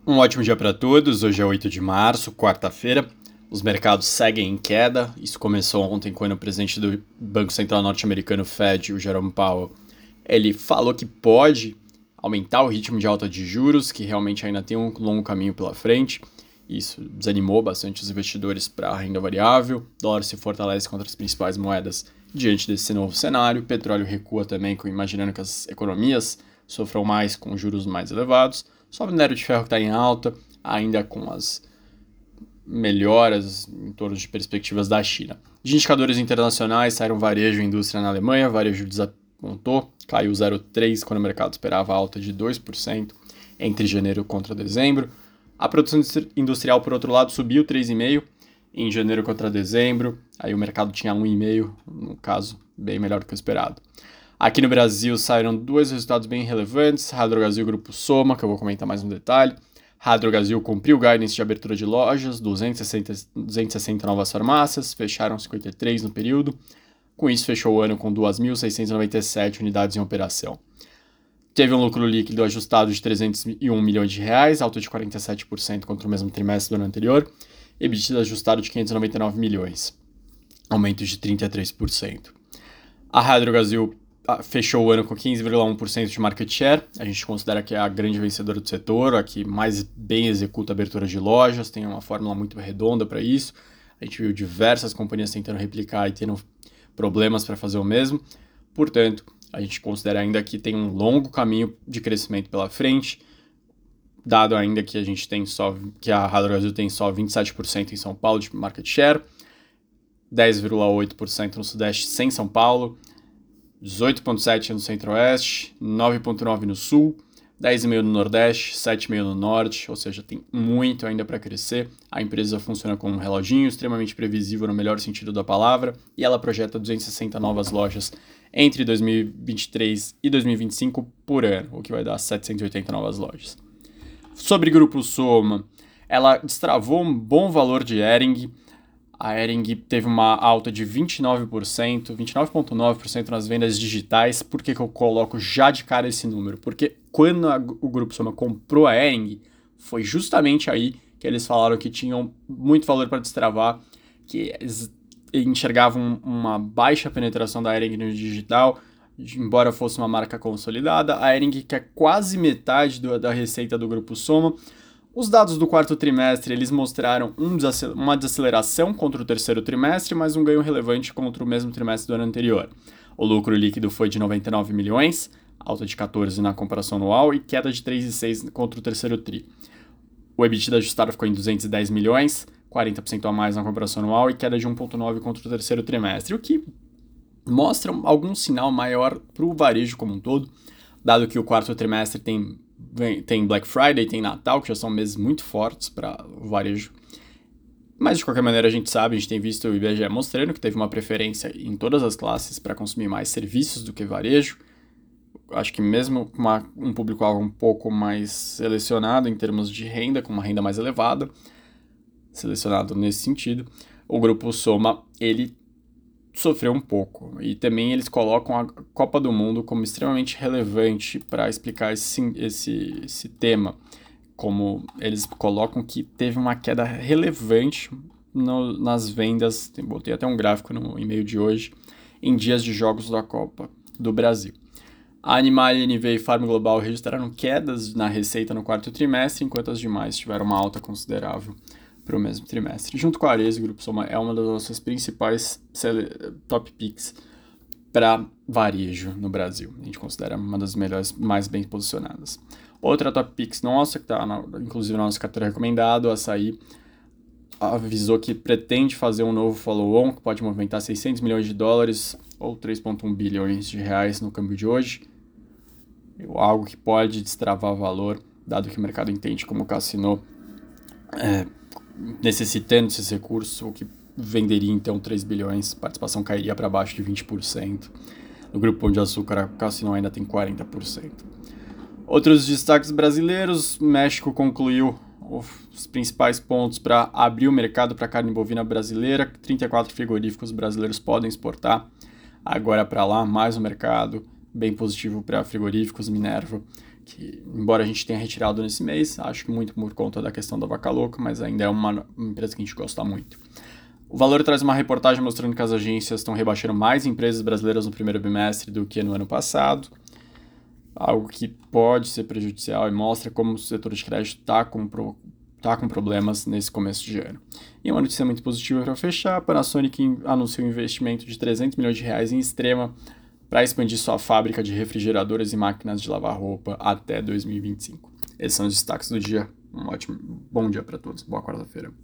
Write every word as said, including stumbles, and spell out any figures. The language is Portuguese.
Um ótimo dia para todos. Hoje é oito de março, quarta-feira. Os mercados seguem em queda. Isso começou ontem quando o presidente do Banco Central norte-americano, Fed, o Jerome Powell, ele falou que pode aumentar o ritmo de alta de juros, que realmente ainda tem um longo caminho pela frente. Isso desanimou bastante os investidores para a renda variável. O dólar se fortalece contra as principais moedas diante desse novo cenário. O petróleo recua também, imaginando que as economias sofram mais com juros mais elevados. Só o minério de ferro que está em alta, ainda com as melhoras em torno de perspectivas da China. De indicadores internacionais, saíram varejo e indústria na Alemanha, varejo desapontou, caiu zero vírgula três por cento quando o mercado esperava alta de dois por cento entre janeiro contra dezembro. A produção industrial, por outro lado, subiu três vírgula cinco por cento em janeiro contra dezembro, aí o mercado tinha um vírgula cinco por cento, no caso, bem melhor do que o esperado. Aqui no Brasil saíram dois resultados bem relevantes, Radrogasil e Grupo Soma, que eu vou comentar mais no detalhe. Radrogasil cumpriu o guidance de abertura de lojas, duzentas e sessenta novas farmácias, fecharam cinquenta e três no período. Com isso, fechou o ano com duas mil seiscentas e noventa e sete unidades em operação. Teve um lucro líquido ajustado de trezentos e um milhões de reais, alta de quarenta e sete por cento contra o mesmo trimestre do ano anterior, e EBITDA ajustado de quinhentos e noventa e nove milhões, aumento de trinta e três por cento. A Radrogasil fechou o ano com quinze vírgula um por cento de market share, a gente considera que é a grande vencedora do setor, a que mais bem executa a abertura de lojas, tem uma fórmula muito redonda para isso. A gente viu diversas companhias tentando replicar e tendo problemas para fazer o mesmo, portanto, a gente considera ainda que tem um longo caminho de crescimento pela frente, dado ainda que a gente tem só, que a Radrogasil tem só vinte e sete por cento em São Paulo de market share, dez vírgula oito por cento no Sudeste sem São Paulo, dezoito vírgula sete por cento no Centro-Oeste, nove vírgula nove por cento no Sul, dez vírgula cinco por cento no Nordeste, sete vírgula cinco por cento no Norte, ou seja, tem muito ainda para crescer. A empresa funciona como um reloginho, extremamente previsível no melhor sentido da palavra, e ela projeta duzentas e sessenta novas lojas entre dois mil e vinte e três e dois mil e vinte e cinco por ano, o que vai dar setecentas e oitenta novas lojas. Sobre Grupo Soma, ela destravou um bom valor de Hering. A Hering teve uma alta de vinte e nove por cento, vinte e nove vírgula nove por cento nas vendas digitais. Por que, que eu coloco já de cara esse número? Porque quando a, o Grupo Soma comprou a Hering, foi justamente aí que eles falaram que tinham muito valor para destravar, que eles enxergavam uma baixa penetração da Hering no digital, embora fosse uma marca consolidada. A Hering, que é quase metade do, da receita do Grupo Soma. Os dados do quarto trimestre, eles mostraram um desacel- uma desaceleração contra o terceiro trimestre, mas um ganho relevante contra o mesmo trimestre do ano anterior. O lucro líquido foi de noventa e nove milhões, alta de quatorze na comparação anual e queda de três vírgula seis contra o terceiro tri. O EBITDA ajustado ficou em duzentos e dez milhões, quarenta por cento a mais na comparação anual e queda de um vírgula nove contra o terceiro trimestre, o que mostra algum sinal maior para o varejo como um todo, dado que o quarto trimestre tem Tem Black Friday, tem Natal, que já são meses muito fortes para o varejo. Mas, de qualquer maneira, a gente sabe, a gente tem visto o I B G E mostrando que teve uma preferência em todas as classes para consumir mais serviços do que varejo. Acho que mesmo com uma, um público-alvo um pouco mais selecionado em termos de renda, com uma renda mais elevada, selecionado nesse sentido, o Grupo Soma, ele sofreu um pouco. E também eles colocam a Copa do Mundo como extremamente relevante para explicar esse, esse, esse tema. Como eles colocam que teve uma queda relevante no, nas vendas, botei até um gráfico no e-mail de hoje, em dias de jogos da Copa do Brasil. A Animal, N V e Farm Global registraram quedas na receita no quarto trimestre, enquanto as demais tiveram uma alta considerável para o mesmo trimestre. Junto com a Arezzo, o Grupo Soma é uma das nossas principais top picks para varejo no Brasil. A gente considera uma das melhores, mais bem posicionadas. Outra top picks nossa, que está inclusive na nossa carteira recomendada, a Açaí, avisou que pretende fazer um novo follow-on que pode movimentar seiscentos milhões de dólares ou três vírgula um bilhões de reais no câmbio de hoje. Algo que pode destravar valor, dado que o mercado entende como o Cassino é, necessitando desses recursos, o que venderia então três bilhões, a participação cairia para baixo de vinte por cento. No Grupo Pão de Açúcar, o Cassino ainda tem quarenta por cento. Outros destaques brasileiros: México concluiu os principais pontos para abrir o mercado para carne bovina brasileira. trinta e quatro frigoríficos brasileiros podem exportar agora para lá, mais um mercado bem positivo para frigoríficos. Minerva, que, embora a gente tenha retirado nesse mês, acho que muito por conta da questão da vaca louca, mas ainda é uma empresa que a gente gosta muito. O Valor traz uma reportagem mostrando que as agências estão rebaixando mais empresas brasileiras no primeiro bimestre do que no ano passado, algo que pode ser prejudicial e mostra como o setor de crédito está com, pro, tá com problemas nesse começo de ano. E uma notícia muito positiva para fechar, a Panasonic anunciou um investimento de trezentos milhões de reais em Extrema para expandir sua fábrica de refrigeradores e máquinas de lavar roupa até dois mil e vinte e cinco. Esses são os destaques do dia. Um ótimo, bom dia para todos. Boa quarta-feira.